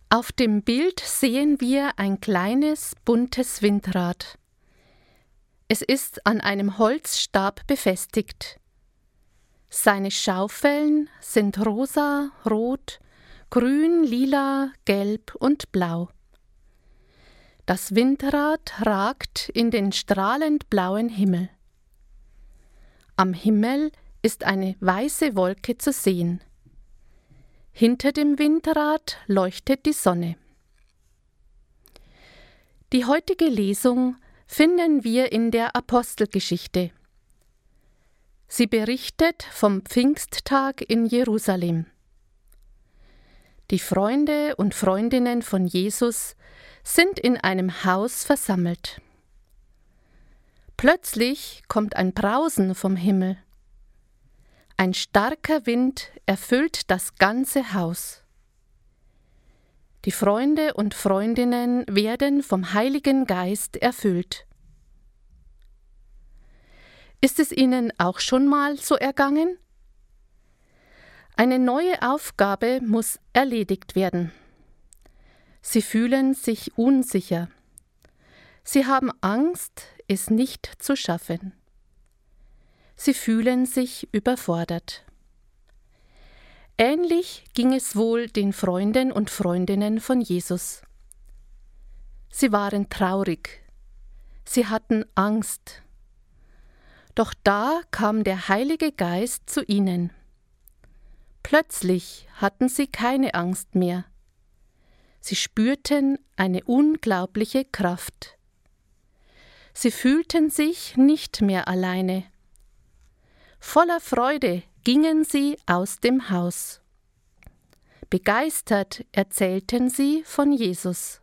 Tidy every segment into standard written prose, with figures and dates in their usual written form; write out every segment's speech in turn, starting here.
Auf dem Bild sehen wir ein kleines, buntes Windrad. Es ist an einem Holzstab befestigt. Seine Schaufeln sind rosa, rot, grün, lila, gelb und blau. Das Windrad ragt in den strahlend blauen Himmel. Am Himmel ist eine weiße Wolke zu sehen. Hinter dem Windrad leuchtet die Sonne. Die heutige Lesung finden wir in der Apostelgeschichte. Sie berichtet vom Pfingsttag in Jerusalem. Die Freunde und Freundinnen von Jesus sind in einem Haus versammelt. Plötzlich kommt ein Brausen vom Himmel. Ein starker Wind erfüllt das ganze Haus. Die Freunde und Freundinnen werden vom Heiligen Geist erfüllt. Ist es Ihnen auch schon mal so ergangen? Eine neue Aufgabe muss erledigt werden. Sie fühlen sich unsicher. Sie haben Angst, es nicht zu schaffen. Sie fühlen sich überfordert. Ähnlich ging es wohl den Freunden und Freundinnen von Jesus. Sie waren traurig. Sie hatten Angst. Doch da kam der Heilige Geist zu ihnen. Plötzlich hatten sie keine Angst mehr. Sie spürten eine unglaubliche Kraft. Sie fühlten sich nicht mehr alleine. Voller Freude gingen sie aus dem Haus. Begeistert erzählten sie von Jesus.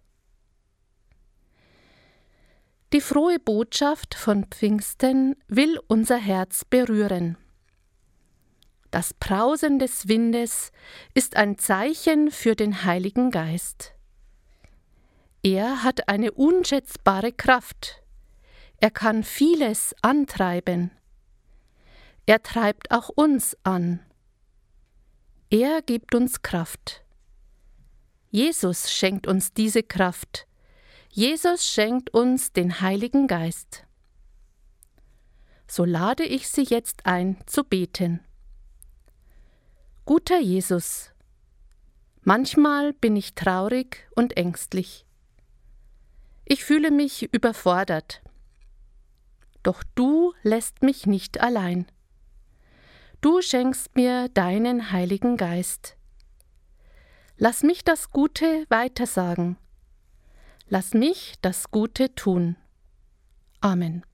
Die frohe Botschaft von Pfingsten will unser Herz berühren. Das Brausen des Windes ist ein Zeichen für den Heiligen Geist. Er hat eine unschätzbare Kraft. Er kann vieles antreiben. Er treibt auch uns an. Er gibt uns Kraft. Jesus schenkt uns diese Kraft. Jesus schenkt uns den Heiligen Geist. So lade ich Sie jetzt ein, zu beten. Guter Jesus, manchmal bin ich traurig und ängstlich. Ich fühle mich überfordert. Doch du lässt mich nicht allein. Du schenkst mir deinen Heiligen Geist. Lass mich das Gute weitersagen. Lass mich das Gute tun. Amen.